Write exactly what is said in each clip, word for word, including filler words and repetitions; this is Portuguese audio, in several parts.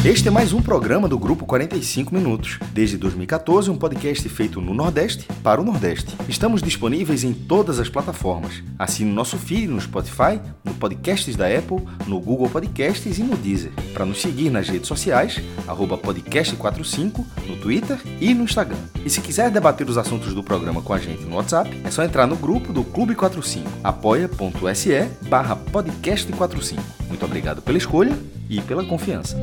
Este é mais um programa do Grupo quarenta e cinco Minutos. Desde dois mil e quatorze, um podcast feito no Nordeste para o Nordeste. Estamos disponíveis em todas as plataformas. Assine o nosso feed no Spotify, no Podcasts da Apple, no Google Podcasts e no Deezer. Para nos seguir nas redes sociais, arroba podcast quarenta e cinco, no Twitter e no Instagram. E se quiser debater os assuntos do programa com a gente no WhatsApp, é só entrar no grupo do Clube quarenta e cinco, apoia.se barra podcast quarenta e cinco. Muito obrigado pela escolha e pela confiança.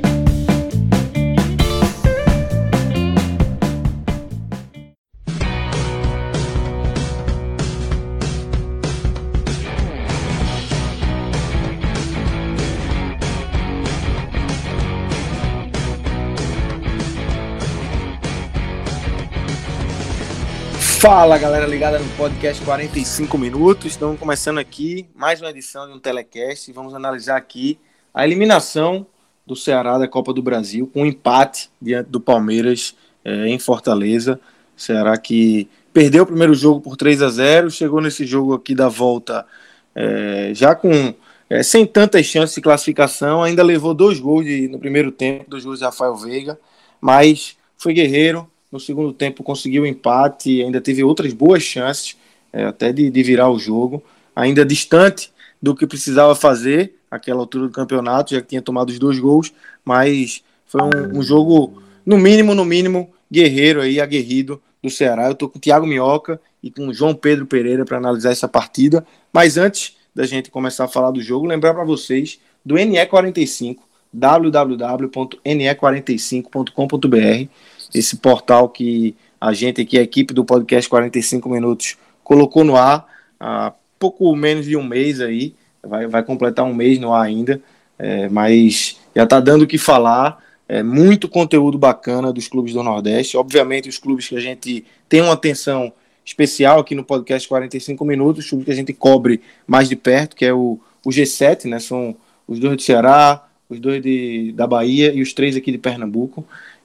Fala, galera ligada no podcast quarenta e cinco Minutos. Estamos começando aqui mais uma edição de um telecast. Vamos analisar aqui a eliminação do Ceará da Copa do Brasil com um empate diante do Palmeiras é, em Fortaleza. Ceará que perdeu o primeiro jogo por três a zero, chegou nesse jogo aqui da volta é, já com é, sem tantas chances de classificação, ainda levou dois gols de, no primeiro tempo, dois gols de Rafael Veiga, mas foi guerreiro. No segundo tempo conseguiu o empate, ainda teve outras boas chances, é, até de, de virar o jogo, ainda distante do que precisava fazer àquela altura do campeonato, já que tinha tomado os dois gols, mas foi um, um jogo, no mínimo, no mínimo, guerreiro aí, aguerrido do Ceará. Eu estou com o Thiago Minhoca e com o João Pedro Pereira para analisar essa partida, mas antes da gente começar a falar do jogo, lembrar para vocês do N E quarenta e cinco, w w w ponto n e quarenta e cinco ponto com ponto b r, esse portal que a gente aqui, a equipe do podcast quarenta e cinco Minutos, colocou no ar há pouco menos de um mês aí, vai, vai completar um mês no ar ainda, é, mas já está dando o que falar, é, muito conteúdo bacana dos clubes do Nordeste, obviamente os clubes que a gente tem uma atenção especial aqui no podcast quarenta e cinco Minutos, os clubes que a gente cobre mais de perto, que é o, o G sete, né, são os dois do Ceará, os dois de, da Bahia e os três aqui de Pernambuco.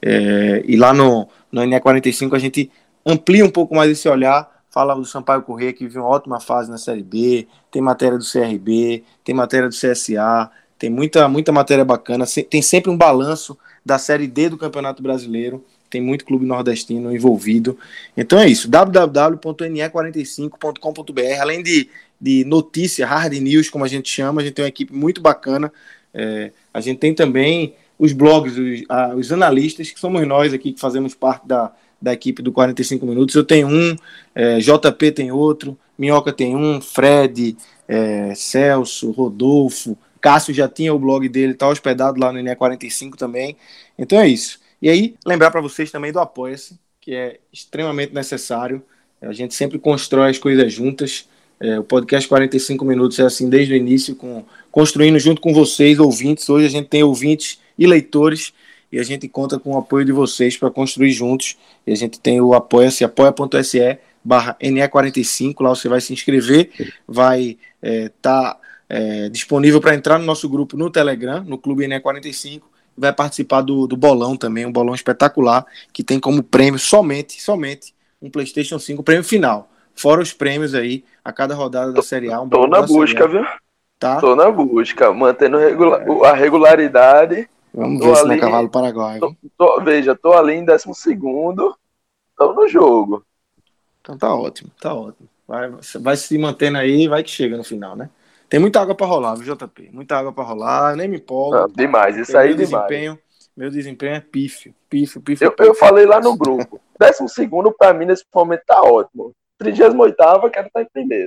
É, e lá no, no N E quarenta e cinco a gente amplia um pouco mais esse olhar, fala do Sampaio Corrêa, que vive uma ótima fase na Série B, tem matéria do C R B, tem matéria do C S A, tem muita, muita matéria bacana, tem sempre um balanço da Série D do Campeonato Brasileiro, tem muito clube nordestino envolvido. Então é isso, w w w ponto n e quarenta e cinco ponto com ponto b r. Além de, de notícia, hard news, como a gente chama, a gente tem uma equipe muito bacana. É, a gente tem também os blogs, os, ah, os analistas, que somos nós aqui que fazemos parte da, da equipe do quarenta e cinco Minutos. Eu tenho um, é, J P tem outro, Minhoca tem um, Fred, é, Celso, Rodolfo, Cássio já tinha o blog dele, está hospedado lá no N E quarenta e cinco também. Então é isso. E aí, lembrar para vocês também do Apoia-se, que é extremamente necessário. A gente sempre constrói as coisas juntas. É, o podcast quarenta e cinco Minutos é assim desde o início, com, construindo junto com vocês, ouvintes. Hoje a gente tem ouvintes e leitores, e a gente conta com o apoio de vocês para construir juntos. E a gente tem o Apoia-se, apoia.se barra N E quarenta e cinco, lá você vai se inscrever, vai estar é, tá, é, disponível para entrar no nosso grupo no Telegram, no Clube N E quarenta e cinco, vai participar do, do bolão também, um bolão espetacular, que tem como prêmio somente, somente um PlayStation cinco, prêmio final. Fora os prêmios aí, a cada rodada da Série A. Um Tô na busca, viu? Tá? Tô na busca, mantendo regula- a regularidade. Vamos tô ver se ali, não é cavalo paraguaio. Tô, tô, veja, tô ali em décimo segundo, tô no jogo. Então tá ótimo, tá ótimo. Vai, vai se mantendo aí, vai que chega no final, né? Tem muita água pra rolar, viu, J P? Muita água pra rolar, nem me empolgo. Não, demais, isso aí meu demais. Desempenho, meu desempenho é pífio, pífio, pífio. Eu, pífio. eu falei lá no grupo, décimo segundo pra mim nesse momento tá ótimo. trigésimo oitavo, quero estar em primeiro.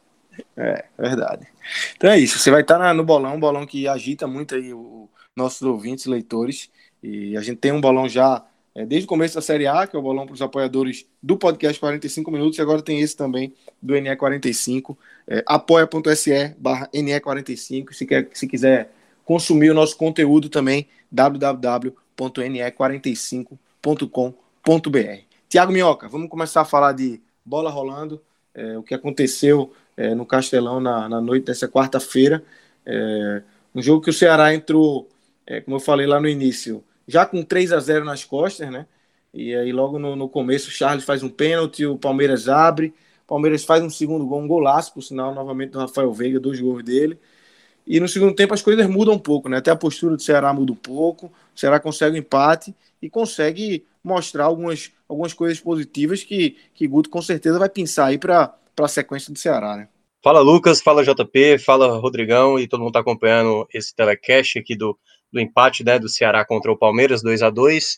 É, verdade. Então é isso, você vai estar na, no bolão, um bolão que agita muito aí os nossos ouvintes, leitores, e a gente tem um bolão já é, desde o começo da Série A, que é o bolão para os apoiadores do podcast quarenta e cinco Minutos, e agora tem esse também do N E quarenta e cinco, é, apoia.se barra N E quarenta e cinco, se, quer, se quiser consumir o nosso conteúdo também, w w w ponto n e quarenta e cinco ponto com ponto b r. Thiago Minhoca, vamos começar a falar de bola rolando, é, o que aconteceu é, no Castelão na, na noite dessa quarta-feira, é, um jogo que o Ceará entrou, é, como eu falei lá no início, já com três a zero nas costas, né? E aí logo no, no começo o Charles faz um pênalti, o Palmeiras abre, o Palmeiras faz um segundo gol, um golaço, por sinal, novamente do Rafael Veiga, dois gols dele, E no segundo tempo as coisas mudam um pouco, né? Até a postura do Ceará muda um pouco, o Ceará consegue o empate e consegue mostrar algumas, algumas coisas positivas que, que Guto com certeza vai pensar aí para a sequência do Ceará, né? Fala Lucas, fala J P, fala Rodrigão e todo mundo está acompanhando esse telecast aqui do, do empate, né, do Ceará contra o Palmeiras, dois a dois.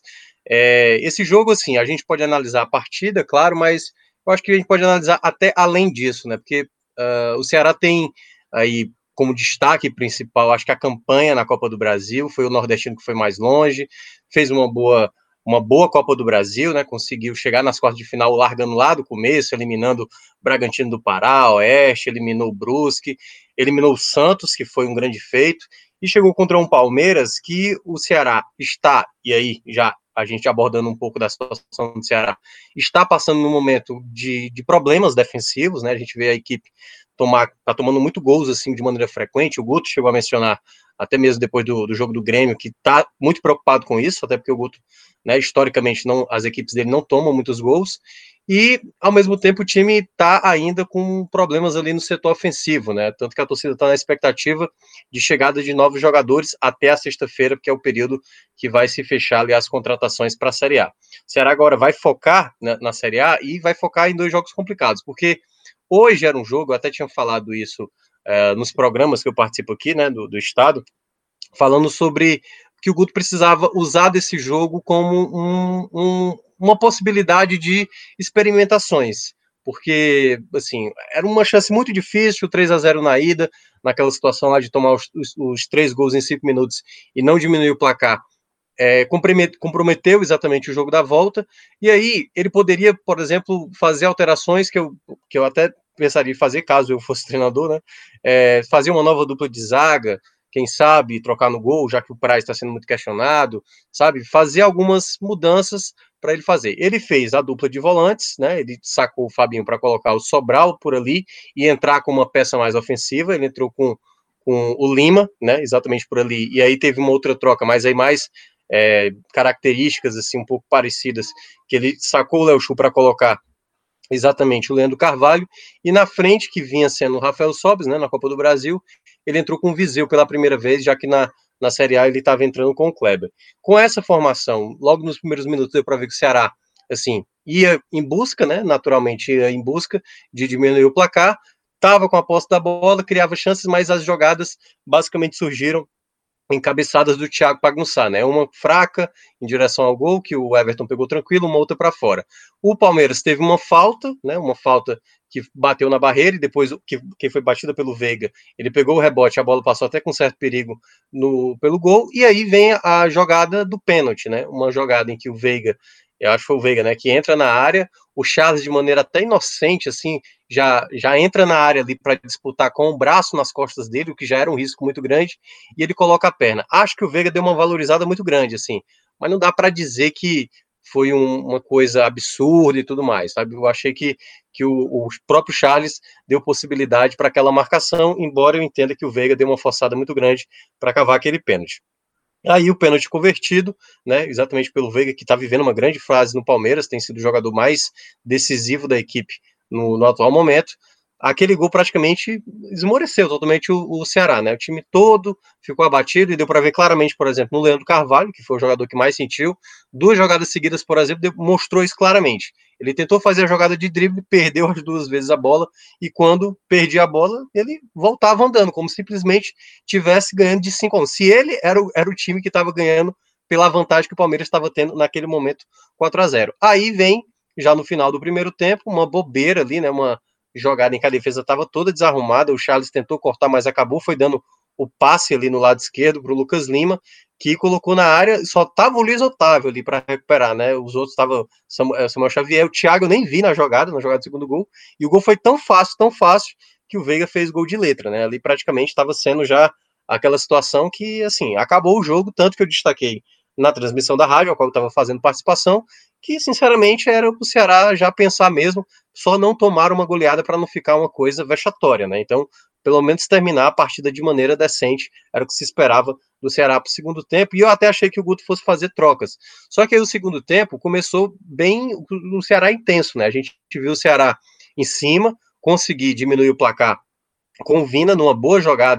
É, esse jogo, assim, a gente pode analisar a partida, claro, mas eu acho que a gente pode analisar até além disso, né, porque uh, o Ceará tem aí como destaque principal, acho que a campanha na Copa do Brasil, foi o nordestino que foi mais longe, fez uma boa, uma boa Copa do Brasil, né, conseguiu chegar nas quartas de final largando lá do começo, eliminando o Bragantino do Pará, Oeste, eliminou o Brusque, eliminou o Santos, que foi um grande feito, e chegou contra um Palmeiras que o Ceará está, e aí já a gente abordando um pouco da situação do Ceará, está passando num momento de, de problemas defensivos, né, a gente vê a equipe tomar, tá tomando muito gols assim de maneira frequente, o Guto chegou a mencionar até mesmo depois do, do jogo do Grêmio, que está muito preocupado com isso, até porque o Guto, né, historicamente, não, as equipes dele não tomam muitos gols, e, ao mesmo tempo, o time está ainda com problemas ali no setor ofensivo, né, tanto que a torcida está na expectativa de chegada de novos jogadores até a sexta-feira, que é o período que vai se fechar ali as contratações para a Série A. O Ceará agora vai focar na, na Série A e vai focar em dois jogos complicados, porque hoje era um jogo, eu até tinha falado isso uh, nos programas que eu participo aqui, né, do, do Estado, falando sobre que o Guto precisava usar desse jogo como um, um, uma possibilidade de experimentações, porque, assim, era uma chance muito difícil, três a zero na ida, naquela situação lá de tomar os, os, os três gols em cinco minutos e não diminuir o placar, é, comprometeu exatamente o jogo da volta, e aí ele poderia, por exemplo, fazer alterações que eu, que eu até pensaria em fazer, caso eu fosse treinador, né, é, fazer uma nova dupla de zaga, quem sabe trocar no gol, já que o Praz está sendo muito questionado, sabe, fazer algumas mudanças para ele fazer. Ele fez a dupla de volantes, né, ele sacou o Fabinho para colocar o Sobral por ali e entrar com uma peça mais ofensiva, ele entrou com, com o Lima, né, exatamente por ali, e aí teve uma outra troca, mas aí mais é, características assim um pouco parecidas, que ele sacou o Léo Chu para colocar exatamente o Leandro Carvalho, e na frente, que vinha sendo o Rafael Sobis, né, na Copa do Brasil, ele entrou com o Viseu pela primeira vez, já que na, na Série A ele estava entrando com o Kleber. Com essa formação, logo nos primeiros minutos deu para ver que o Ceará, assim, ia em busca, né, naturalmente ia em busca de diminuir o placar, estava com a posse da bola, criava chances, mas as jogadas basicamente surgiram encabeçadas do Thiago Pagnussá, né? Uma fraca em direção ao gol, que o Everton pegou tranquilo, uma outra para fora. O Palmeiras teve uma falta, né? Uma falta que bateu na barreira e depois que, que foi batida pelo Veiga, ele pegou o rebote, a bola passou até com certo perigo no, pelo gol, e aí vem a, a jogada do pênalti, né? Uma jogada em que o Veiga, eu acho que foi o Veiga, né? Que entra na área, o Charles de maneira até inocente, assim, já, já entra na área ali para disputar com o braço nas costas dele, o que já era um risco muito grande, e ele coloca a perna. Acho que o Veiga deu uma valorizada muito grande, assim, mas não dá para dizer que foi um, uma coisa absurda e tudo mais, sabe? Eu achei que, que o, o próprio Charles deu possibilidade para aquela marcação, embora eu entenda que o Veiga deu uma forçada muito grande para cavar aquele pênalti. Aí o pênalti convertido, né, exatamente pelo Veiga, que está vivendo uma grande fase no Palmeiras, tem sido o jogador mais decisivo da equipe no, no atual momento. Aquele gol praticamente esmoreceu totalmente o, o Ceará, né? O time todo ficou abatido e deu para ver claramente, por exemplo, no Leandro Carvalho, que foi o jogador que mais sentiu, duas jogadas seguidas, por exemplo, mostrou isso claramente. Ele tentou fazer a jogada de drible, perdeu as duas vezes a bola, e quando perdia a bola, ele voltava andando, como simplesmente tivesse ganhando de cinco a um. Se ele era o, era o time que estava ganhando pela vantagem que o Palmeiras estava tendo naquele momento, quatro a zero. Aí vem, já no final do primeiro tempo, uma bobeira ali, né, uma jogada em que a defesa estava toda desarrumada, o Charles tentou cortar, mas acabou, foi dando o passe ali no lado esquerdo para o Lucas Lima, que colocou na área, só estava o Luiz Otávio ali para recuperar, né, os outros estavam Samuel Xavier, o Thiago eu nem vi na jogada, na jogada do segundo gol, e o gol foi tão fácil, tão fácil, que o Veiga fez gol de letra, né, ali praticamente estava sendo já aquela situação que, assim, acabou o jogo, tanto que eu destaquei na transmissão da rádio, ao qual eu estava fazendo participação, que, sinceramente, era o Ceará já pensar mesmo, só não tomar uma goleada para não ficar uma coisa vexatória, né? Então, pelo menos terminar a partida de maneira decente, era o que se esperava do Ceará para o segundo tempo, e eu até achei que o Guto fosse fazer trocas. Só que aí o segundo tempo começou bem, o Ceará intenso, né? A gente viu o Ceará em cima, conseguir diminuir o placar com o Vina numa boa jogada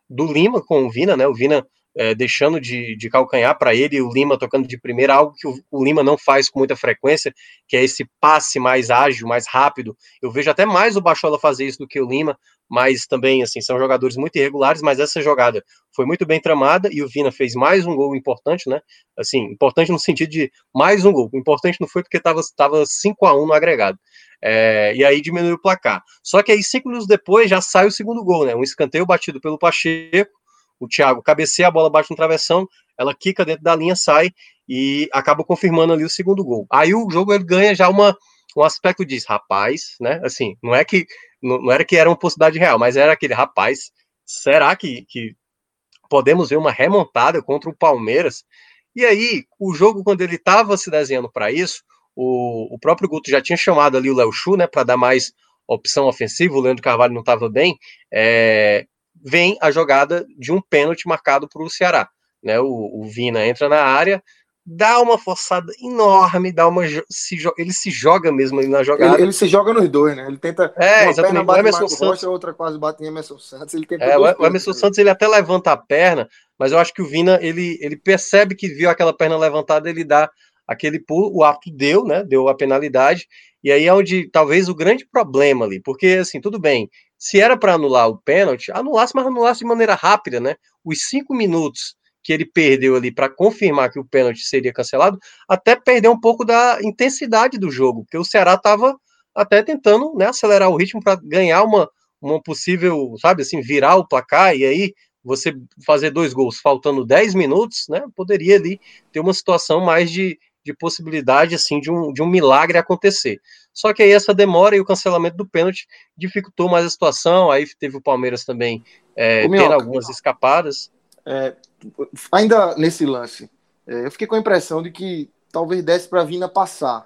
do Lima com o Vina, né? O Vina é, deixando de, de calcanhar para ele e o Lima tocando de primeira, algo que o, o Lima não faz com muita frequência, que é esse passe mais ágil, mais rápido. Eu vejo até mais o Bachola fazer isso do que o Lima, mas também, assim, são jogadores muito irregulares, mas essa jogada foi muito bem tramada e o Vina fez mais um gol importante, né? Assim, importante no sentido de mais um gol. O importante não foi porque estava tava cinco a um no agregado. É, e aí diminuiu o placar. Só que aí, cinco minutos depois, já sai o segundo gol, né? Um escanteio batido pelo Pacheco, o Thiago cabeceia, a bola bate no travessão, ela quica dentro da linha, sai e acaba confirmando ali o segundo gol. Aí o jogo ele ganha já uma, um aspecto disso, rapaz, né? Assim, não é que não, não era que era uma possibilidade real, mas era aquele, rapaz, será que, que podemos ver uma remontada contra o Palmeiras? E aí, o jogo, quando ele estava se desenhando para isso, o, o próprio Guto já tinha chamado ali o Léo Chu, né, para dar mais opção ofensiva, o Leandro Carvalho não estava bem, é, vem a jogada de um pênalti marcado para o Ceará. Né, o, o Vina entra na área, dá uma forçada enorme, dá uma, se, ele se joga mesmo ali na jogada. Ele, ele se joga nos dois, né? Ele tenta. É, uma exatamente. perna bate o Emerson Marco Santos, Rocha, a outra quase bate em Emerson Santos. Ele tenta é, dois o Emerson Santos ele até levanta a perna, mas eu acho que o Vina ele, ele percebe que viu aquela perna levantada, ele dá aquele pulo, o árbitro deu, né? Deu a penalidade, e aí é onde talvez o grande problema ali, porque assim, tudo bem, se era para anular o pênalti, anulasse, mas anulasse de maneira rápida, né? Os cinco minutos que ele perdeu ali para confirmar que o pênalti seria cancelado, até perdeu um pouco da intensidade do jogo, porque o Ceará estava até tentando, né, acelerar o ritmo para ganhar uma, uma possível, sabe, assim, virar o placar, e aí você fazer dois gols faltando dez minutos, né, poderia ali ter uma situação mais de, de possibilidade, assim, de um, de um milagre acontecer. Só que aí essa demora e o cancelamento do pênalti dificultou mais a situação, aí teve o Palmeiras também é, Ô, tendo algumas escapadas. É, ainda nesse lance, é, eu fiquei com a impressão de que talvez desse para a Vina passar.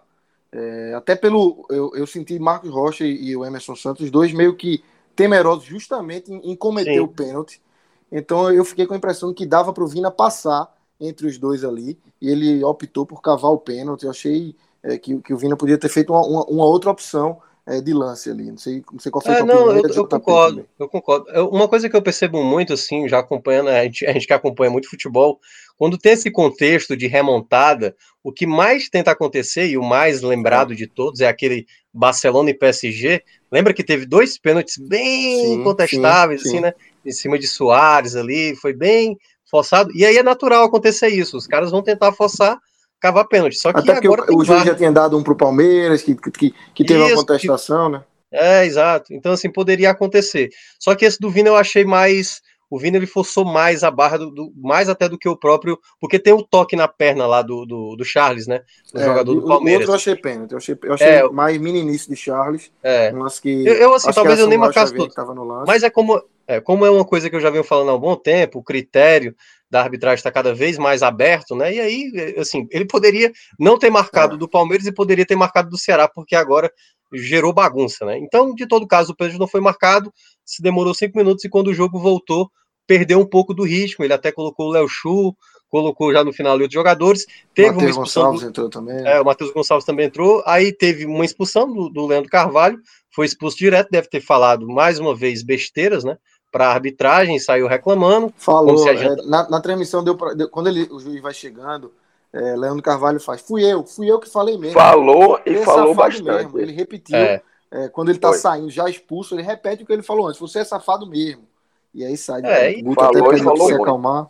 É, até pelo. Eu, eu senti Marcos Rocha e, e o Emerson Santos, dois meio que temerosos justamente em, em cometer Sim. o pênalti. Então eu fiquei com a impressão de que dava para o Vina passar entre os dois ali, e ele optou por cavar o pênalti. Eu achei é, que, que o Vina podia ter feito uma, uma, uma outra opção é, de lance ali. Não sei, não sei qual foi a é, tua não, opinião. Eu, eu concordo, também. eu concordo. Eu, uma coisa que eu percebo muito, assim, já acompanhando, a gente, a gente que acompanha muito futebol, quando tem esse contexto de remontada, o que mais tenta acontecer, e o mais lembrado é. de todos, é aquele Barcelona e P S G. Lembra que teve dois pênaltis bem sim, contestáveis, sim, assim, sim. né? Em cima de Suárez ali, foi bem forçado. E aí é natural acontecer isso. Os caras vão tentar forçar, cavar pênalti. Só que Até porque agora o, o juiz já tinha dado um pro Palmeiras, que, que, que teve isso, uma contestação, que... né? É, exato. Então, assim, poderia acontecer. Só que esse do Vina eu achei mais... O Vina, ele forçou mais a barra, do, do, mais até do que o próprio... Porque tem o toque na perna lá do, do, do Charles, né? Do é, jogador do Palmeiras. O outro eu achei pênalti. Eu achei, eu achei é, mais meninice de Charles. É. Um lance que... Eu, eu assim, acho talvez que eu nem marcasse tudo. Mas é como, é como é uma coisa que eu já venho falando há um bom tempo, o critério da arbitragem está cada vez mais aberto, né? E aí, assim, ele poderia não ter marcado é. do Palmeiras e poderia ter marcado do Ceará, porque agora gerou bagunça, né? Então, de todo caso, o pênalti não foi marcado, se demorou cinco minutos e quando o jogo voltou, perdeu um pouco do ritmo. Ele até colocou o Léo Chu, colocou já no final outros jogadores. Teve Mateus uma expulsão. Gonçalves do... entrou também. É, o Matheus Gonçalves também entrou. Aí teve uma expulsão do, do Leandro Carvalho, foi expulso direto, deve ter falado mais uma vez besteiras, né? Para a arbitragem, saiu reclamando. Falou, adianta... é, na, na transmissão, deu, pra, deu quando ele, o juiz vai chegando, é, Leandro Carvalho faz, fui eu, fui eu que falei mesmo. Falou e falou bastante. Mesmo. Ele repetiu, é. É, quando ele tá Foi. saindo, já expulso, ele repete o que ele falou antes, você é safado mesmo. E aí sai, é, e falou, até para ele se acalmar.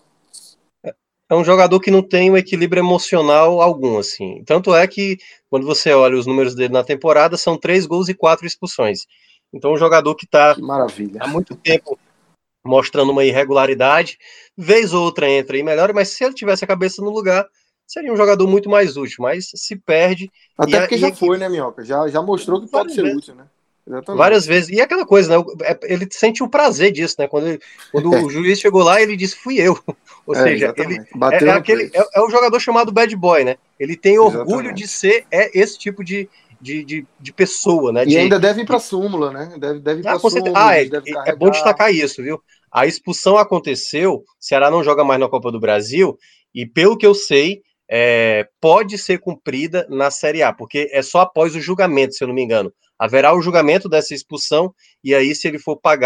É um jogador que não tem um equilíbrio emocional algum, assim. Tanto é que, quando você olha os números dele na temporada, são três gols e quatro expulsões. Então, um jogador que tá que maravilha. há muito tempo mostrando uma irregularidade, vez ou outra entra e melhora, mas se ele tivesse a cabeça no lugar, seria um jogador muito mais útil, mas se perde. Até porque a, já foi, né, Minhoca? Já, já mostrou que pode ser vezes. útil, né? Exatamente. Várias vezes. E aquela coisa, né? Ele sente o prazer disso, né? Quando, ele, quando o juiz chegou lá, ele disse, fui eu. Ou é, seja, ele Bateu é, é, aquele, é, é o jogador chamado bad boy, né? Ele tem orgulho exatamente. de ser é, esse tipo de, de, de, de pessoa, né? E de, ainda deve ir pra súmula, né? Deve, deve ir pra ah, súmula. Ah, é, é bom destacar isso, viu? A expulsão aconteceu, o Ceará não joga mais na Copa do Brasil, e pelo que eu sei, é, pode ser cumprida na Série A, porque é só após o julgamento, se eu não me engano. Haverá o julgamento dessa expulsão, e aí, se ele for pagar,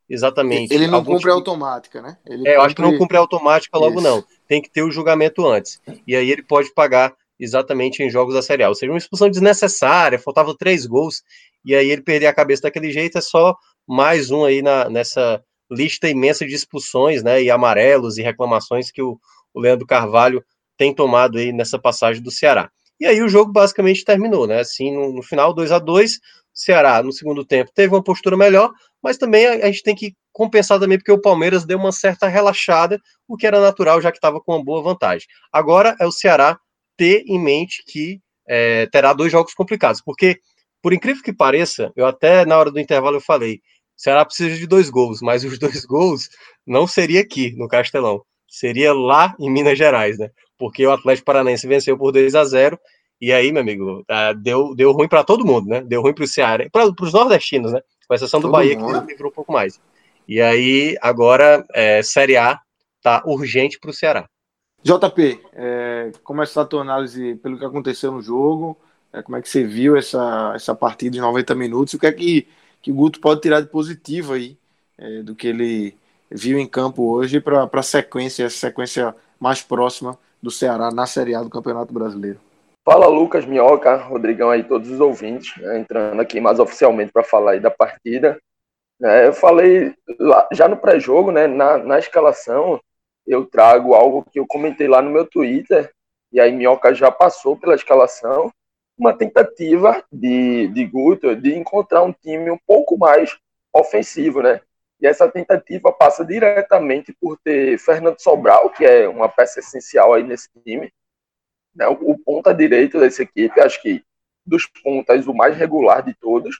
exatamente. Ele não algum cumpre tipo... automática, né? Ele É, eu cumpre... acho que não cumpre automática logo, Isso. não. Tem que ter o julgamento antes. E aí ele pode pagar exatamente em jogos da Série A. Ou seja, uma expulsão desnecessária, faltavam três gols, e aí ele perder a cabeça daquele jeito é só mais um aí na, nessa lista imensa de expulsões, né, e amarelos e reclamações que o, o Leandro Carvalho tem tomado aí nessa passagem do Ceará. E aí o jogo basicamente terminou, né, assim, no, no final, dois a dois, o Ceará, no segundo tempo, teve uma postura melhor, mas também a, a gente tem que compensar também porque o Palmeiras deu uma certa relaxada, o que era natural, já que estava com uma boa vantagem. Agora é o Ceará ter em mente que é, terá dois jogos complicados, porque, por incrível que pareça, eu até na hora do intervalo eu falei, o Ceará precisa de dois gols, mas os dois gols não seria aqui, no Castelão, seria lá em Minas Gerais, né? Porque o Atlético Paranaense venceu por dois a zero, e aí, meu amigo, deu, deu ruim para todo mundo, né? Deu ruim para o Ceará, para os nordestinos, né? Com exceção do todo Bahia, mundo. Que livrou um pouco mais. E aí, agora, é, Série A tá urgente para o Ceará. J P, é, como é a tua análise pelo que aconteceu no jogo? É, como é que você viu essa, essa partida de noventa minutos? O que é que, que o Guto pode tirar de positivo aí é, do que ele viu em campo hoje para a sequência, essa sequência mais próxima do Ceará na Série A do Campeonato Brasileiro? Fala, Lucas, Minhoca, Rodrigão aí, todos os ouvintes, né, entrando aqui mais oficialmente para falar aí da partida. É, eu falei lá, já no pré-jogo, né, na, na escalação, eu trago algo que eu comentei lá no meu Twitter, e aí Minhoca já passou pela escalação, uma tentativa de, de Guto de encontrar um time um pouco mais ofensivo, né? E essa tentativa passa diretamente por ter Fernando Sobral, que é uma peça essencial aí nesse time, né? O, o ponta direito dessa equipe, acho que dos pontas o mais regular de todos,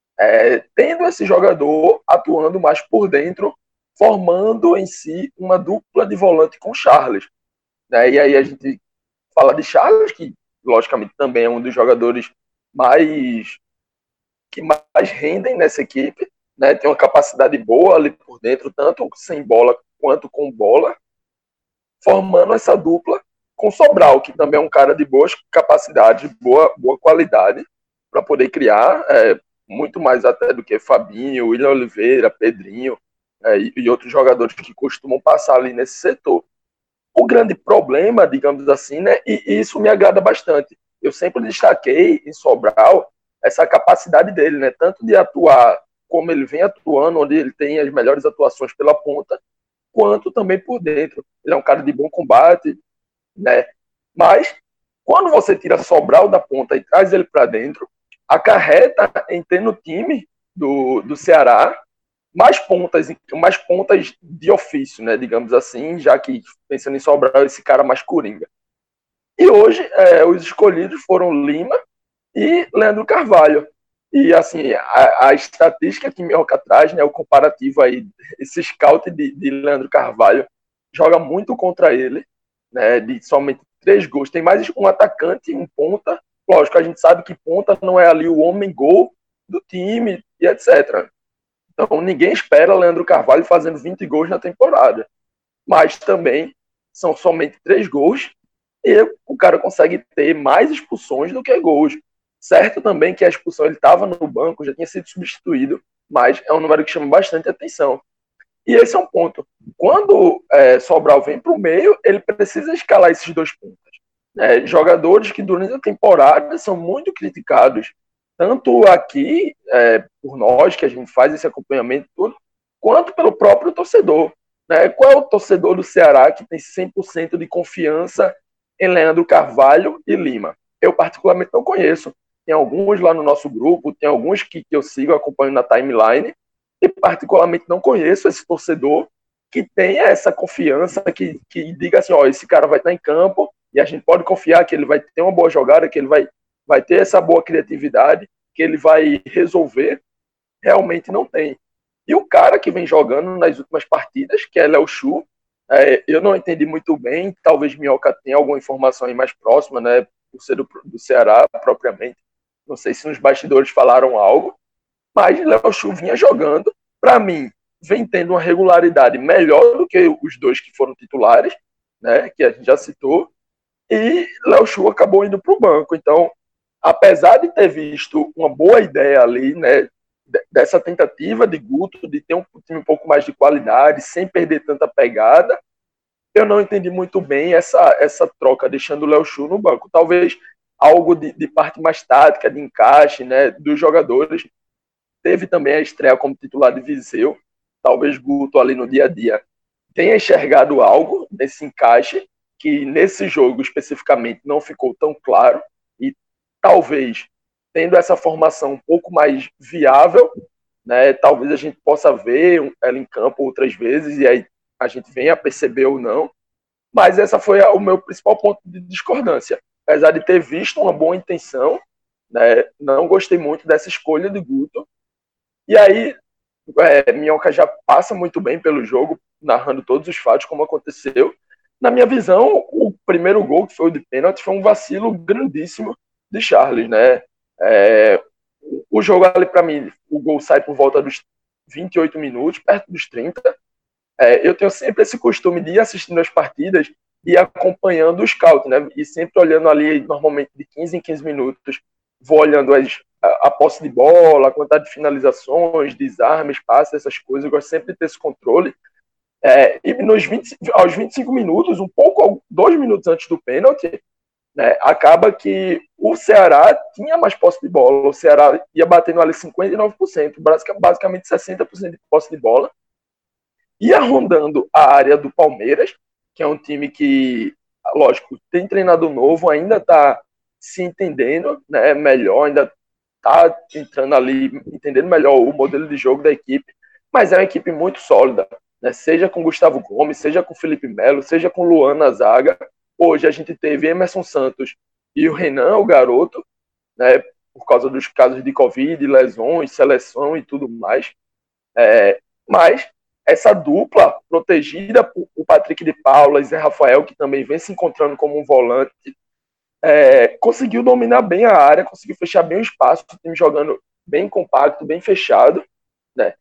é, tendo esse jogador atuando mais por dentro, formando em si uma dupla de volante com Charles. Né? E aí a gente fala de Charles, que logicamente também é um dos jogadores mais que mais rendem nessa equipe, né? Tem uma capacidade boa ali por dentro, tanto sem bola quanto com bola, formando essa dupla com Sobral, que também é um cara de boas capacidades, boa, boa qualidade para poder criar, é, muito mais até do que Fabinho, William Oliveira, Pedrinho, é, e, e outros jogadores que costumam passar ali nesse setor. O grande problema, digamos assim, né, e, e isso me agrada bastante, eu sempre destaquei em Sobral essa capacidade dele, né, tanto de atuar como ele vem atuando, onde ele tem as melhores atuações pela ponta, quanto também por dentro. Ele é um cara de bom combate, né? Mas quando você tira Sobral da ponta e traz ele para dentro, acarreta em ter no time do, do Ceará mais pontas, mais pontas de ofício, né? Digamos assim, já que pensando em Sobral, esse cara mais coringa. E hoje é, os escolhidos foram Lima e Leandro Carvalho. E assim, a, a estatística que Minhoca traz, né, o comparativo aí, esse scout de, de Leandro Carvalho joga muito contra ele, né, de somente três gols. Tem mais um atacante e um ponta. Lógico, a gente sabe que ponta não é ali o homem-gol do time e etcétera. Então, ninguém espera Leandro Carvalho fazendo vinte gols na temporada. Mas também são somente três gols e o cara consegue ter mais expulsões do que gols. Certo também que a expulsão, ele estava no banco, já tinha sido substituído, mas é um número que chama bastante atenção. E esse é um ponto. Quando é, Sobral vem para o meio, ele precisa escalar esses dois pontos. É, jogadores que durante a temporada são muito criticados, tanto aqui, é, por nós, que a gente faz esse acompanhamento tudo, quanto pelo próprio torcedor. Né? Qual é o torcedor do Ceará que tem cem por cento de confiança em Leandro Carvalho e Lima? Eu particularmente não conheço. Tem alguns lá no nosso grupo, tem alguns que, que eu sigo, acompanho na timeline, e particularmente não conheço esse torcedor que tenha essa confiança, que, que diga assim, ó, esse cara vai estar em campo e a gente pode confiar que ele vai ter uma boa jogada, que ele vai, vai ter essa boa criatividade, que ele vai resolver. Realmente não tem. E o cara que vem jogando nas últimas partidas, que é Léo Chu, é, eu não entendi muito bem, talvez Minhoca tenha alguma informação aí mais próxima, né, por ser do, do Ceará propriamente. Não sei se nos bastidores falaram algo, mas Léo Chu vinha jogando, para mim, vem tendo uma regularidade melhor do que os dois que foram titulares, né, que a gente já citou, e Léo Chu acabou indo para o banco. Então, apesar de ter visto uma boa ideia ali, né, dessa tentativa de Guto de ter um time um pouco mais de qualidade, sem perder tanta pegada. Eu não entendi muito bem essa, essa troca, deixando o Léo Chu no banco. Talvez algo de, de parte mais tática, de encaixe, né, dos jogadores. Teve também a estreia como titular de Viseu. Talvez Guto ali no dia a dia tenha enxergado algo nesse encaixe, que nesse jogo especificamente não ficou tão claro, e talvez tendo essa formação um pouco mais viável, né, talvez a gente possa ver ela em campo outras vezes, e aí a gente venha a perceber ou não, mas essa foi o meu principal ponto de discordância. Apesar de ter visto uma boa intenção, né, não gostei muito dessa escolha de Guto, e aí é, Minhoca já passa muito bem pelo jogo, narrando todos os fatos, como aconteceu. Na minha visão, o primeiro gol, que foi o de pênalti, foi um vacilo grandíssimo de Charles, né? É, o jogo ali, para mim, o gol sai por volta dos vinte e oito minutos, perto dos trinta. É, eu tenho sempre esse costume de ir assistindo as partidas e acompanhando o scout, né? E sempre olhando ali, normalmente de quinze em quinze minutos, vou olhando as, a, a posse de bola, a quantidade de finalizações, desarmes, passes, essas coisas. Eu gosto sempre de ter esse controle. É, e nos vinte, aos vinte e cinco minutos, um pouco, dois minutos antes do pênalti, né, acaba que o Ceará tinha mais posse de bola. O Ceará ia batendo ali cinquenta e nove por cento, basicamente sessenta por cento de posse de bola. Ia rondando a área do Palmeiras, que é um time que, lógico, tem treinador novo, ainda está se entendendo, né, melhor, ainda está entrando ali, entendendo melhor o modelo de jogo da equipe, mas é uma equipe muito sólida, né, seja com Gustavo Gomes, seja com Felipe Melo, seja com Luan na zaga. Hoje a gente teve Emerson Santos e o Renan, o garoto, né, por causa dos casos de Covid, lesões, seleção e tudo mais. É, mas essa dupla, protegida por o Patrick de Paula e Zé Rafael, que também vem se encontrando como um volante, é, conseguiu dominar bem a área, conseguiu fechar bem o espaço, o time jogando bem compacto, bem fechado, né?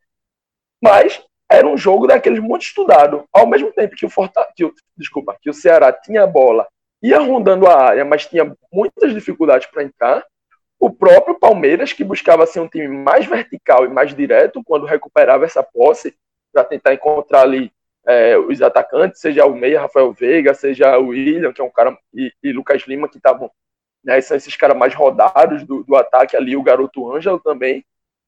Mas era um jogo daqueles muito estudado. Ao mesmo tempo que o, Forta... que o... Desculpa, que o Ceará tinha a bola, ia rondando a área, mas tinha muitas dificuldades para entrar, o próprio Palmeiras, que buscava ser um time mais vertical e mais direto quando recuperava essa posse, para tentar encontrar ali é, os atacantes, seja o Meia, Rafael Veiga, seja o William, que é um cara, e, e Lucas Lima, que estavam, né, são esses caras mais rodados do, do ataque ali, o garoto Ângelo também,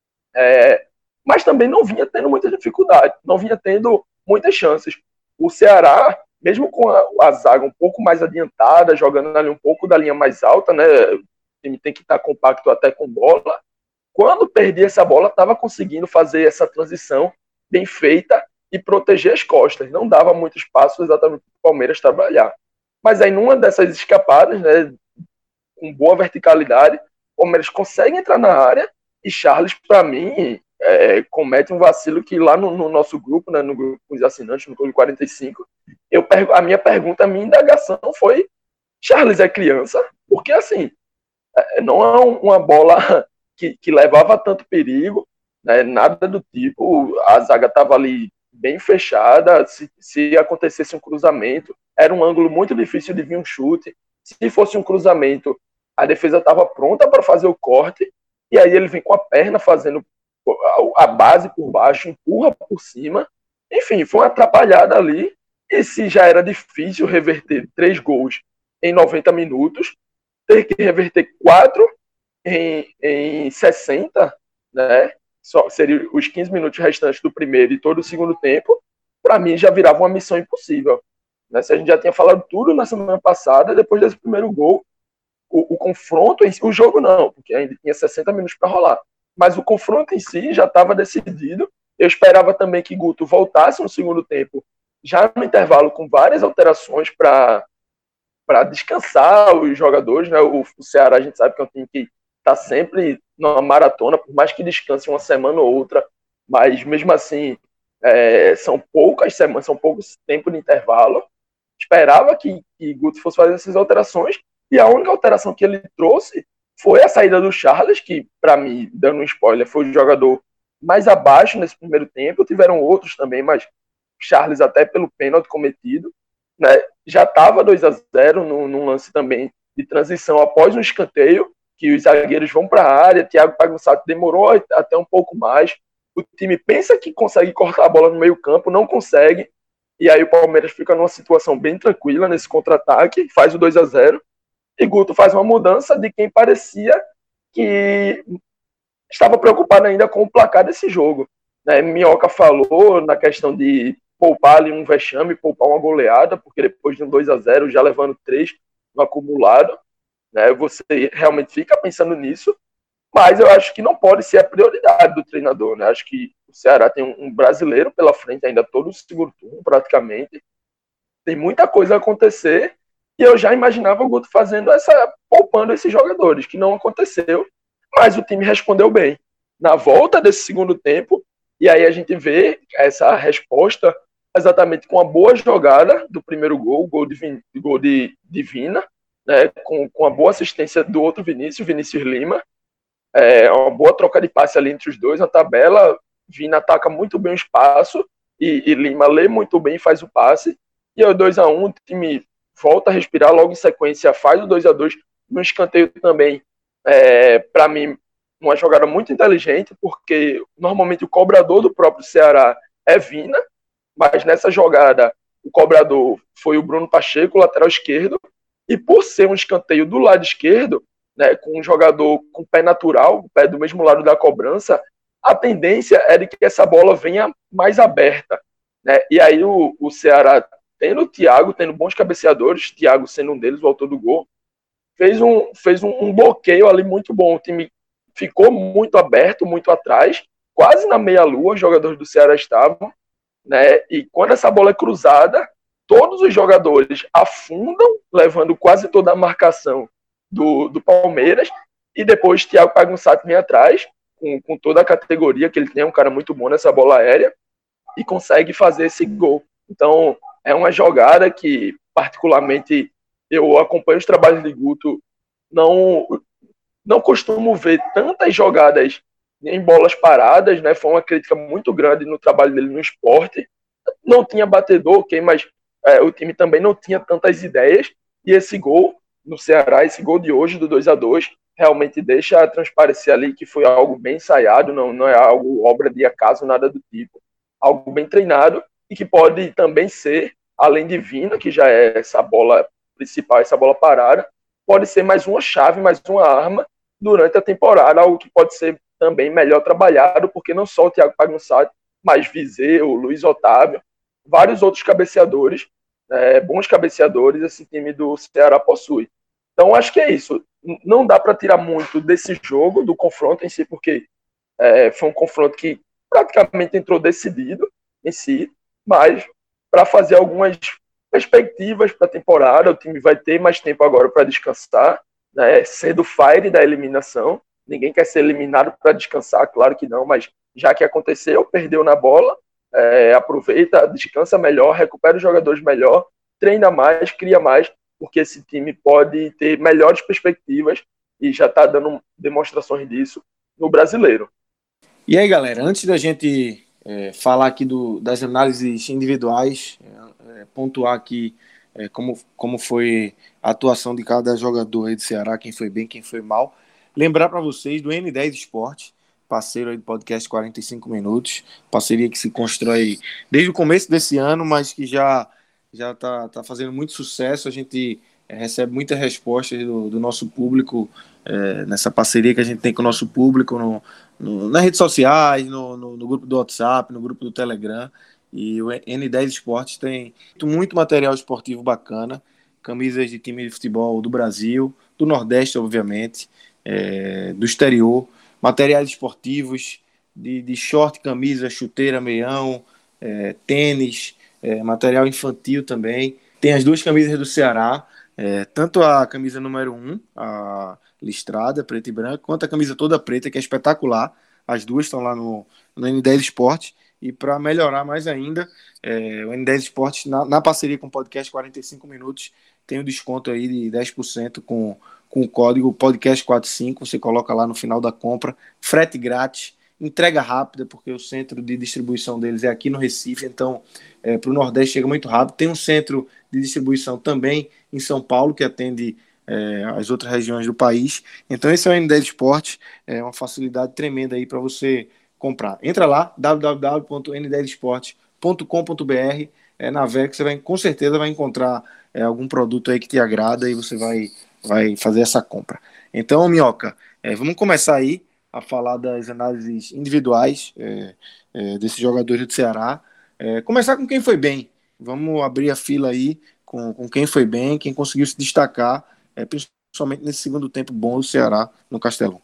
é, mas também não vinha tendo muita dificuldade, não vinha tendo muitas chances. O Ceará, mesmo com a, a zaga um pouco mais adiantada, jogando ali um pouco da linha mais alta, né, o time tem que estar compacto até com bola, quando perdia essa bola, estava conseguindo fazer essa transição bem feita e proteger as costas. Não dava muito espaço exatamente para o Palmeiras trabalhar. Mas aí, numa dessas escapadas, né, com boa verticalidade, o Palmeiras consegue entrar na área e Charles, para mim, é, comete um vacilo que lá no, no nosso grupo, né, no grupo dos assinantes, no Clube quarenta e cinco, eu, a minha pergunta, a minha indagação foi: Charles é criança? Porque, assim, não é uma bola que, que levava tanto perigo, né, nada do tipo. A zaga estava ali bem fechada. Se, se acontecesse um cruzamento, era um ângulo muito difícil de vir um chute. Se fosse um cruzamento, a defesa estava pronta para fazer o corte, e aí ele vem com a perna fazendo a base por baixo, empurra por cima. Enfim, foi uma atrapalhada ali. E se já era difícil reverter três gols em noventa minutos, ter que reverter quatro em, em sessenta, né? Só seria os quinze minutos restantes do primeiro e todo o segundo tempo, para mim já virava uma missão impossível. Né? Se a gente já tinha falado tudo na semana passada, depois desse primeiro gol, o, o confronto, em si, o jogo não, porque ainda tinha sessenta minutos para rolar, mas o confronto em si já estava decidido. Eu esperava também que Guto voltasse no segundo tempo, já no intervalo, com várias alterações para para descansar os jogadores, né? O, o Ceará, a gente sabe que é um time que está sempre numa maratona, por mais que descanse uma semana ou outra, mas mesmo assim é, são poucas semanas, são poucos tempo de intervalo. Esperava que, que Guto fosse fazer essas alterações, e a única alteração que ele trouxe foi a saída do Charles, que, para mim, dando um spoiler, foi o jogador mais abaixo nesse primeiro tempo. Tiveram outros também, mas Charles, até pelo pênalti cometido, né, já estava dois a zero num, num lance também de transição após um escanteio, que os zagueiros vão para a área, Thiago Pagnussat demorou até um pouco mais, o time pensa que consegue cortar a bola no meio campo, não consegue, e aí o Palmeiras fica numa situação bem tranquila nesse contra-ataque, faz o dois a zero, e Guto faz uma mudança de quem parecia que estava preocupado ainda com o placar desse jogo. Né? Minhoca falou na questão de poupar ali um vexame, poupar uma goleada, porque depois de um dois a zero, já levando três no acumulado, né, você realmente fica pensando nisso, mas eu acho que não pode ser a prioridade do treinador. Né? Acho que o Ceará tem um brasileiro pela frente, ainda todo o segundo turno, praticamente. Tem muita coisa a acontecer, e eu já imaginava o Guto fazendo essa, poupando esses jogadores, que não aconteceu, mas o time respondeu bem. Na volta desse segundo tempo, e aí a gente vê essa resposta exatamente com a boa jogada do primeiro gol, gol de, gol de Divina, né, com, com a boa assistência do outro Vinícius, Vinícius Lima, é, uma boa troca de passe ali entre os dois, na tabela, Vina ataca muito bem o espaço, e, e Lima lê muito bem e faz o passe, e é o dois a um, o time volta a respirar, logo em sequência faz o dois a dois, no escanteio também, é, para mim, uma jogada muito inteligente, porque normalmente o cobrador do próprio Ceará é Vina, mas nessa jogada o cobrador foi o Bruno Pacheco, lateral esquerdo, e por ser um escanteio do lado esquerdo, né, com um jogador com pé natural, o pé do mesmo lado da cobrança, a tendência é de que essa bola venha mais aberta. Né? E aí o, o Ceará, tendo o Thiago, tendo bons cabeceadores, Thiago sendo um deles, o autor do gol, fez um, fez um, um bloqueio ali muito bom. O time ficou muito aberto, muito atrás, quase na meia-lua, os jogadores do Ceará estavam, né? E quando essa bola é cruzada, todos os jogadores afundam, levando quase toda a marcação do, do Palmeiras, e depois Thiago Pagnussat vem atrás, com, com toda a categoria que ele tem, é um cara muito bom nessa bola aérea, e consegue fazer esse gol. Então, é uma jogada que, particularmente, eu acompanho os trabalhos de Guto, não, não costumo ver tantas jogadas em bolas paradas, né? Foi uma crítica muito grande no trabalho dele no esporte. Não tinha batedor, ok, mas é, o time também não tinha tantas ideias, e esse gol no Ceará, esse gol de hoje, do dois a dois, realmente deixa transparecer ali que foi algo bem ensaiado, não, não é algo obra de acaso, nada do tipo, algo bem treinado, e que pode também ser, além de Vina, que já é essa bola principal, essa bola parada, pode ser mais uma chave, mais uma arma durante a temporada, algo que pode ser também melhor trabalhado, porque não só o Thiago Pagnussat, mas Viseu, Luiz Otávio, vários outros cabeceadores, é, bons cabeceadores, esse time do Ceará possui. Então, acho que é isso. Não dá para tirar muito desse jogo, do confronto em si, porque é, foi um confronto que praticamente entrou decidido em si, mas para fazer algumas perspectivas para a temporada, o time vai ter mais tempo agora para descansar, né, ser do fire da eliminação. Ninguém quer ser eliminado para descansar, claro que não, mas já que aconteceu, perdeu na bola, é, aproveita, descansa melhor, recupera os jogadores melhor, treina mais, cria mais, porque esse time pode ter melhores perspectivas e já está dando demonstrações disso no Brasileiro. E aí, galera, antes da gente é, falar aqui do, das análises individuais, é, é, pontuar aqui é, como, como foi a atuação de cada jogador aí do Ceará, quem foi bem, quem foi mal, lembrar para vocês do N dez Esporte, parceiro aí do podcast quarenta e cinco minutos, parceria que se constrói desde o começo desse ano, mas que já já está tá fazendo muito sucesso. A gente é, recebe muitas respostas do, do nosso público, é, nessa parceria que a gente tem com o nosso público, no, no, nas redes sociais, no, no, no grupo do WhatsApp, no grupo do Telegram, e o N dez Esportes tem muito material esportivo bacana, camisas de time de futebol do Brasil, do Nordeste, obviamente, é, do exterior, materiais esportivos, de, de short, camisa, chuteira, meião, é, tênis, é, material infantil também. Tem as duas camisas do Ceará, é, tanto a camisa número um, a listrada, preta e branca, quanto a camisa toda preta, que é espetacular. As duas estão lá no, no N dez Esportes. E para melhorar mais ainda, é, o N dez Esportes, na, na parceria com o podcast quarenta e cinco minutos, tem um desconto aí de dez por cento com, com o código podcast quarenta e cinco. Você coloca lá no final da compra, frete grátis, entrega rápida, porque o centro de distribuição deles é aqui no Recife, então é, para o Nordeste chega muito rápido. Tem um centro de distribuição também em São Paulo, que atende é, as outras regiões do país. Então esse é o N dez Esportes, é uma facilidade tremenda aí para você comprar. Entra lá, w w w ponto n dez esportes ponto com ponto b r, é, navega que você vai, com certeza vai encontrar é, algum produto aí que te agrada e você vai, vai fazer essa compra. Então, Minhoca, é, vamos começar aí a falar das análises individuais é, é, desses jogadores do Ceará. É, começar com quem foi bem. Vamos abrir a fila aí com, com quem foi bem, quem conseguiu se destacar, é, principalmente nesse segundo tempo bom do Ceará no Castelão.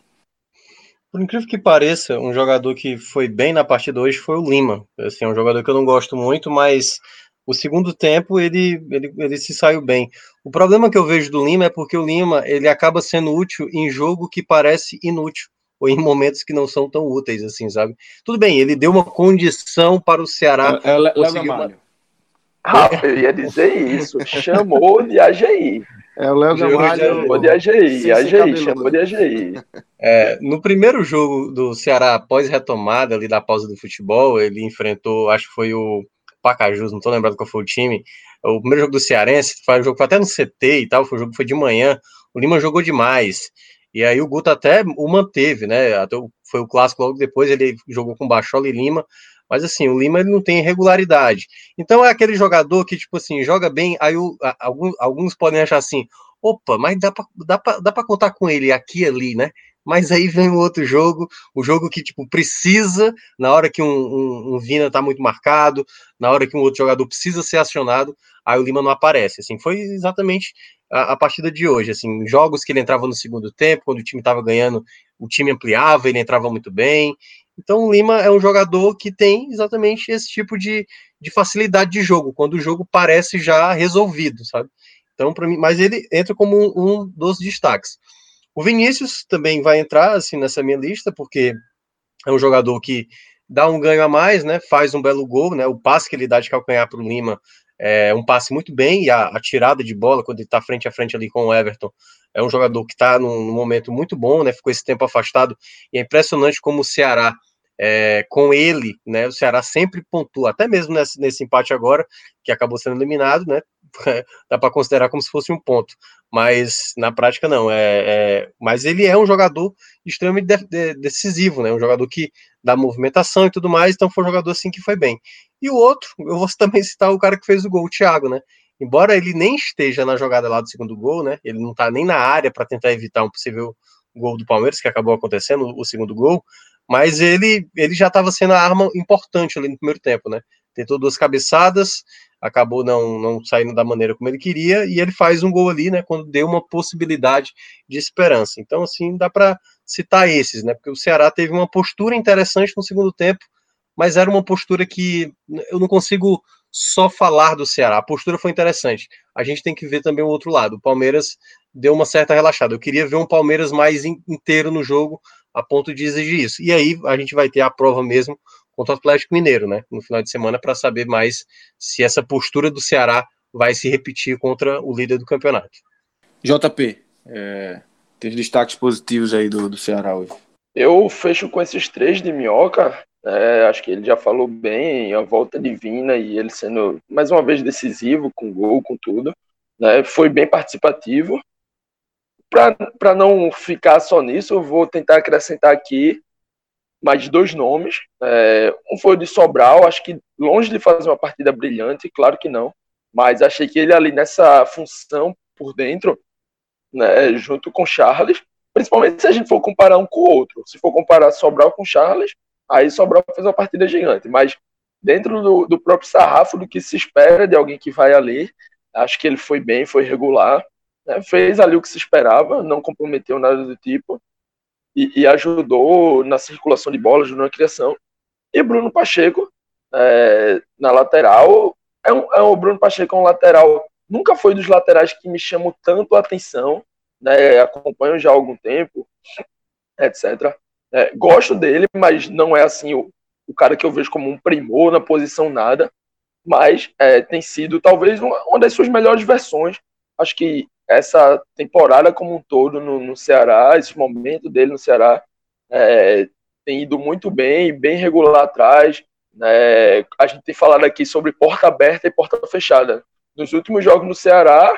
Por incrível que pareça, um jogador que foi bem na partida hoje foi o Lima. Assim, é um jogador que eu não gosto muito, mas o segundo tempo ele, ele, ele se saiu bem. O problema que eu vejo do Lima é porque o Lima ele acaba sendo útil em jogo que parece inútil, ou em momentos que não são tão úteis, assim, sabe? Tudo bem, ele deu uma condição para o Ceará É, é o Léo conseguir Gamalho. uma... Rafa, eu ia dizer isso. Chamou de A G I. É o Léo Gamalho. Chamou de A G I. sem A ser G I, cabeludo. chamou de A G I. É, no primeiro jogo do Ceará, após retomada ali da pausa do futebol, ele enfrentou, acho que foi o Pacajus, não tô lembrado qual foi o time. O primeiro jogo do Cearense, foi um jogo foi até no C T e tal, foi um jogo que foi de manhã. O Lima jogou demais. E aí o Guto até o manteve, né? Até foi o clássico logo depois, ele jogou com Bachola e Lima. Mas assim, o Lima ele não tem regularidade. Então é aquele jogador que, tipo assim, joga bem, aí o, a, alguns, alguns podem achar assim, opa, mas dá pra, dá, pra, dá pra contar com ele aqui e ali, né? Mas aí vem o outro jogo, o jogo que, tipo, precisa, na hora que um, um, um Vina tá muito marcado, na hora que um outro jogador precisa ser acionado, aí o Lima não aparece, assim, foi exatamente a, a partida de hoje, assim, jogos que ele entrava no segundo tempo, quando o time tava ganhando, o time ampliava, ele entrava muito bem. Então o Lima é um jogador que tem exatamente esse tipo de, de facilidade de jogo, quando o jogo parece já resolvido, sabe? Então, para mim, mas ele entra como um, um dos destaques. O Vinícius também vai entrar assim nessa minha lista, porque é um jogador que dá um ganho a mais, né? Faz um belo gol, né? O passe que ele dá de calcanhar para o Lima é um passe muito bem, e a, a tirada de bola, quando ele está frente a frente ali com o Everton, é um jogador que está num, num momento muito bom, né? Ficou esse tempo afastado, e é impressionante como o Ceará, é, com ele, né? O Ceará sempre pontua, até mesmo nesse, nesse empate agora, que acabou sendo eliminado, né? Dá para considerar como se fosse um ponto, mas na prática não. É, é, mas ele é um jogador extremamente de, de, decisivo, né? Um jogador que dá movimentação e tudo mais, então foi um jogador assim que foi bem. E o outro, eu vou também citar o cara que fez o gol, o Thiago, né? Embora ele nem esteja na jogada lá do segundo gol, né? Ele não tá nem na área para tentar evitar um possível gol do Palmeiras, que acabou acontecendo, o segundo gol, mas ele, ele já estava sendo a arma importante ali no primeiro tempo, né? Tentou duas cabeçadas, acabou não, não saindo da maneira como ele queria, e ele faz um gol ali, né, quando deu uma possibilidade de esperança. Então, assim, dá para citar esses, né, porque o Ceará teve uma postura interessante no segundo tempo, mas era uma postura que eu não consigo só falar do Ceará. A postura foi interessante. A gente tem que ver também o outro lado. O Palmeiras deu uma certa relaxada. Eu queria ver um Palmeiras mais inteiro no jogo, a ponto de exigir isso. E aí a gente vai ter a prova mesmo contra o Atlético Mineiro, né, no final de semana, para saber mais se essa postura do Ceará vai se repetir contra o líder do campeonato. J P, é, tem os destaques positivos aí do, do Ceará hoje. Eu fecho com esses três de Minhoca. É, acho que ele já falou bem, a volta divina e ele sendo mais uma vez decisivo, com gol, com tudo, né, foi bem participativo. Para não ficar só nisso, eu vou tentar acrescentar aqui mais dois nomes. É, um foi o de Sobral, acho que longe de fazer uma partida brilhante, claro que não, mas achei que ele ali nessa função por dentro, né, junto com Charles, principalmente se a gente for comparar um com o outro. Se for comparar Sobral com Charles, aí Sobral fez uma partida gigante, mas dentro do, do próprio sarrafo do que se espera de alguém que vai ali, acho que ele foi bem, foi regular, né, fez ali o que se esperava, não comprometeu nada do tipo, e, e ajudou na circulação de bola, ajudou na criação. E Bruno Pacheco, é, na lateral, é um, é um Bruno Pacheco é um lateral, nunca foi dos laterais que me chamam tanto a atenção, né, acompanho já há algum tempo, etcétera. É, gosto dele, mas não é assim o, o cara que eu vejo como um primor na posição nada, mas é, tem sido talvez uma, uma das suas melhores versões. Acho que essa temporada como um todo no, no Ceará, esse momento dele no Ceará, é, tem ido muito bem, bem regular atrás. Né? A gente tem falado aqui sobre porta aberta e porta fechada. Nos últimos jogos no Ceará,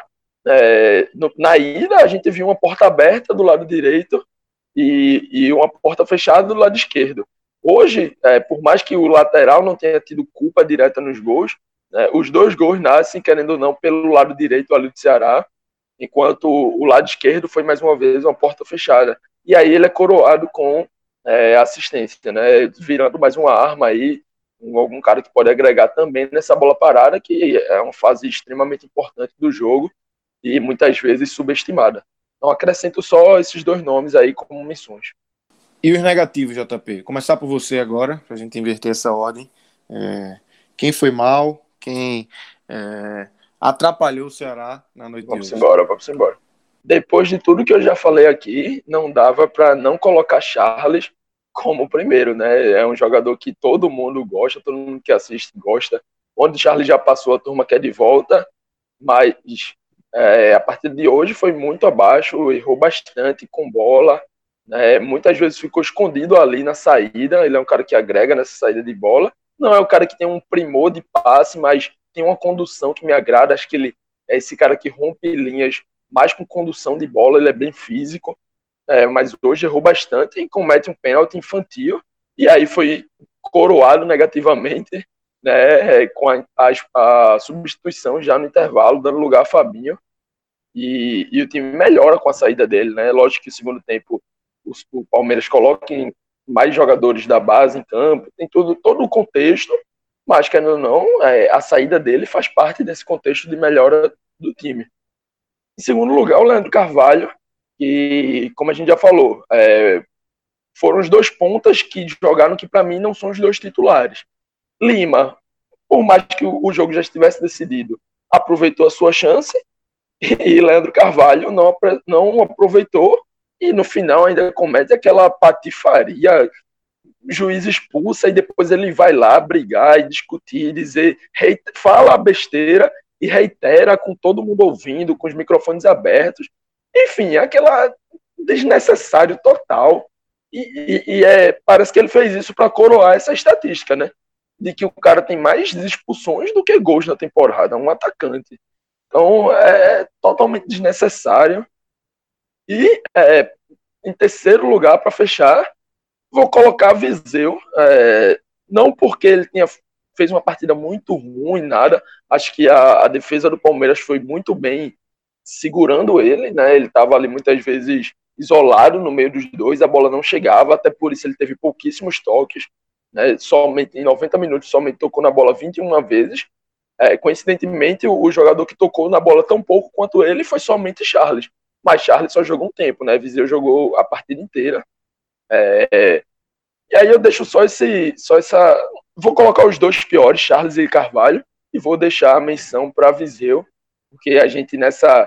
É, no, na ida, a gente viu uma porta aberta do lado direito e, e uma porta fechada do lado esquerdo. Hoje, é, por mais que o lateral não tenha tido culpa direta nos gols, né, os dois gols nascem, querendo ou não, pelo lado direito ali do Ceará, enquanto o lado esquerdo foi, mais uma vez, uma porta fechada. E aí ele é coroado com é, assistência, né, virando mais uma arma aí, algum cara que pode agregar também nessa bola parada, que é uma fase extremamente importante do jogo e muitas vezes subestimada. Então acrescento só esses dois nomes aí como menções. E os negativos, J P? Começar por você agora, para a gente inverter essa ordem. É, quem foi mal, quem é, atrapalhou o Ceará na noite vamos de hoje? Embora, vamos embora. Depois de tudo que eu já falei aqui, não dava para não colocar Charles como primeiro, né? É um jogador que todo mundo gosta, todo mundo que assiste gosta. Onde o Charles já passou, a turma quer de volta, mas é, a partir de hoje foi muito abaixo, errou bastante com bola, né? Muitas vezes ficou escondido ali na saída. Ele é um cara que agrega nessa saída de bola. Não é o cara que tem um primor de passe, mas tem uma condução que me agrada. Acho que ele é esse cara que rompe linhas mais com condução de bola. Ele é bem físico, é, mas hoje errou bastante e comete um pênalti infantil. E aí foi coroado negativamente, né, com a, a, a substituição já no intervalo, dando lugar a Fabinho. E, e o time melhora com a saída dele, né? Lógico que no segundo tempo os, o Palmeiras coloca mais jogadores da base em campo, tem tudo, todo o contexto, mas querendo ou não, é, a saída dele faz parte desse contexto de melhora do time. Em segundo lugar, o Leandro Carvalho, que, como a gente já falou, é, foram os dois pontas que jogaram que para mim não são os dois titulares. Lima, por mais que o, o jogo já estivesse decidido, aproveitou a sua chance, e Leandro Carvalho não, não aproveitou e no final ainda comete aquela patifaria, o juiz expulsa e depois ele vai lá brigar e discutir, dizer, fala a besteira e reitera com todo mundo ouvindo, com os microfones abertos, enfim, aquela desnecessário total e, e, e é, parece que ele fez isso para coroar essa estatística, né, de que o cara tem mais expulsões do que gols na temporada, um atacante. Então, é totalmente desnecessário. E, é, em terceiro lugar, para fechar, vou colocar Viseu. É, não porque ele tinha, fez uma partida muito ruim, nada. Acho que a, a defesa do Palmeiras foi muito bem segurando ele, né? Ele estava ali muitas vezes isolado no meio dos dois, a bola não chegava, até por isso ele teve pouquíssimos toques. Né? Somente, em noventa minutos, somente tocou na bola vinte e uma vezes. É, coincidentemente, o, o jogador que tocou na bola tão pouco quanto ele foi somente Charles. Mas Charles só jogou um tempo, né? Viseu jogou a partida inteira. É, é, e aí eu deixo só esse, só essa. Vou colocar os dois piores, Charles e Carvalho, e vou deixar a menção para Viseu, porque a gente nessa,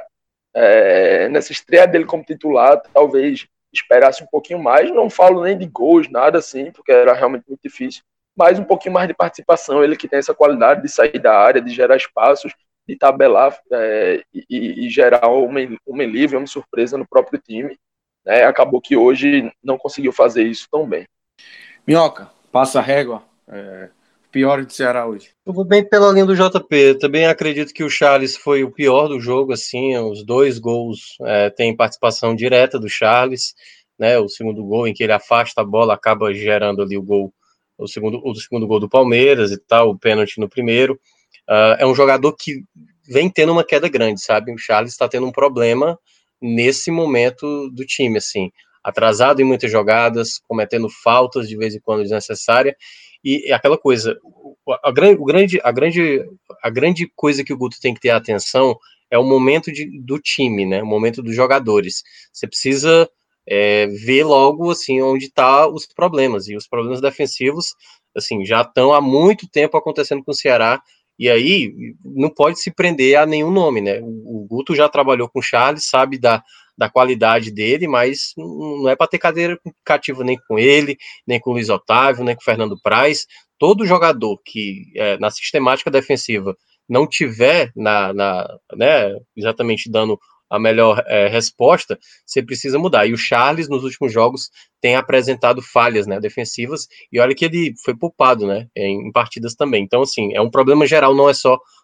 é, nessa estreia dele como titular, talvez esperasse um pouquinho mais. Não falo nem de gols, nada assim, porque era realmente muito difícil. Mas um pouquinho mais de participação, ele que tem essa qualidade de sair da área, de gerar espaços, de tabelar é, e, e gerar um homem livre, uma surpresa no próprio time. Né? Acabou que hoje não conseguiu fazer isso tão bem. Minhoca, passa a régua. É, pior do Ceará hoje. Eu vou bem pela linha do J P. Também acredito que o Charles foi o pior do jogo, assim, os dois gols é, têm participação direta do Charles, né? O segundo gol em que ele afasta a bola acaba gerando ali o gol, o segundo, o segundo gol do Palmeiras e tal, o pênalti no primeiro. Uh, é um jogador que vem tendo uma queda grande, sabe? O Charles está tendo um problema nesse momento do time, assim, atrasado em muitas jogadas, cometendo faltas de vez em quando desnecessárias, e aquela coisa, a grande, o grande, a, grande, a grande coisa que o Guto tem que ter atenção é o momento de, do time, né? O momento dos jogadores. Você precisa é, ver logo assim onde estão os problemas, e os problemas defensivos assim, já estão há muito tempo acontecendo com o Ceará, e aí não pode se prender a nenhum nome, né? O, o Guto já trabalhou com o Charles, sabe da, da qualidade dele, mas não é para ter cadeira cativa nem com ele, nem com o Luiz Otávio, nem com o Fernando Praz. Todo jogador que é, na sistemática defensiva não tiver na, na, né, exatamente dando a melhor é, resposta, você precisa mudar. E o Charles, nos últimos jogos, tem apresentado falhas, né, defensivas, e olha que ele foi poupado, né, em, em partidas também. Então, assim, é um problema geral, não é só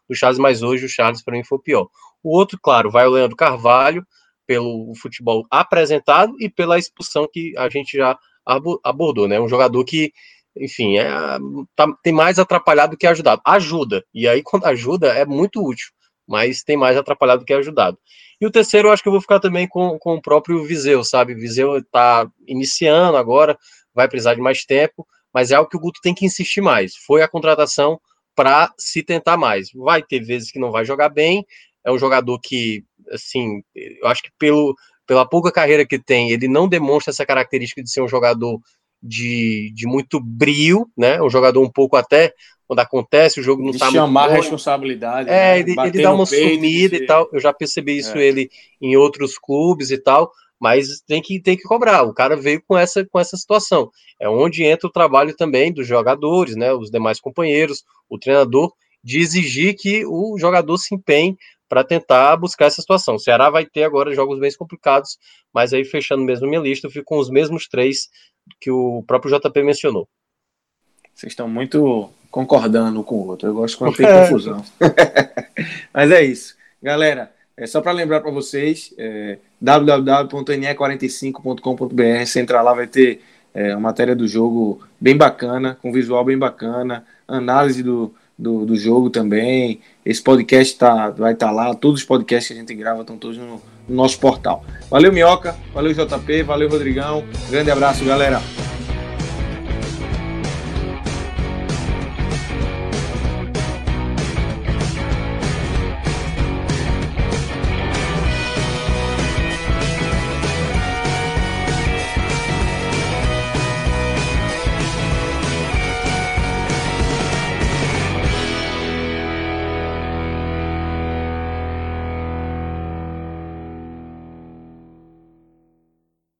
do Charles, mas hoje o Charles para mim foi o pior. O outro, claro, vai o Leandro Carvalho, pelo futebol apresentado e pela expulsão que a gente já abordou, né? Um jogador que, enfim, é, tá, tem mais atrapalhado do que ajudado. Ajuda, e aí quando ajuda é muito útil, mas tem mais atrapalhado do que ajudado. E o terceiro eu acho que eu vou ficar também com, com o próprio Viseu, sabe? Viseu está iniciando agora, vai precisar de mais tempo, mas é algo que o Guto tem que insistir mais. Foi a contratação para se tentar mais. Vai ter vezes que não vai jogar bem, é um jogador que, assim, eu acho que pelo, pela pouca carreira que tem, ele não demonstra essa característica de ser um jogador de, de muito brio, né? Um jogador um pouco até, quando acontece, o jogo não tá muito chamar bom. a responsabilidade, É, né? ele, Bater ele dá no uma peito, sumida dizer- e tal, eu já percebi isso É. ele em outros clubes e tal, mas tem que, tem que cobrar, o cara veio com essa, com essa situação. É onde entra o trabalho também dos jogadores, né? Os demais companheiros, o treinador, de exigir que o jogador se empenhe para tentar buscar essa situação. O Ceará vai ter agora jogos bem complicados, mas aí fechando mesmo minha lista, eu fico com os mesmos três que o próprio J P mencionou. Vocês estão muito concordando um com o outro. Eu gosto quando tem É. confusão. Mas é isso. Galera, é só para lembrar para vocês, é, w w w ponto n e quarenta e cinco ponto com ponto b r. Você entrar lá, vai ter é, uma matéria do jogo bem bacana, com visual bem bacana, análise do, do, do jogo também. Esse podcast tá, vai estar tá lá. Todos os podcasts que a gente grava estão todos no, no nosso portal. Valeu, Minhoca. Valeu, J P. Valeu, Rodrigão. Grande abraço, galera.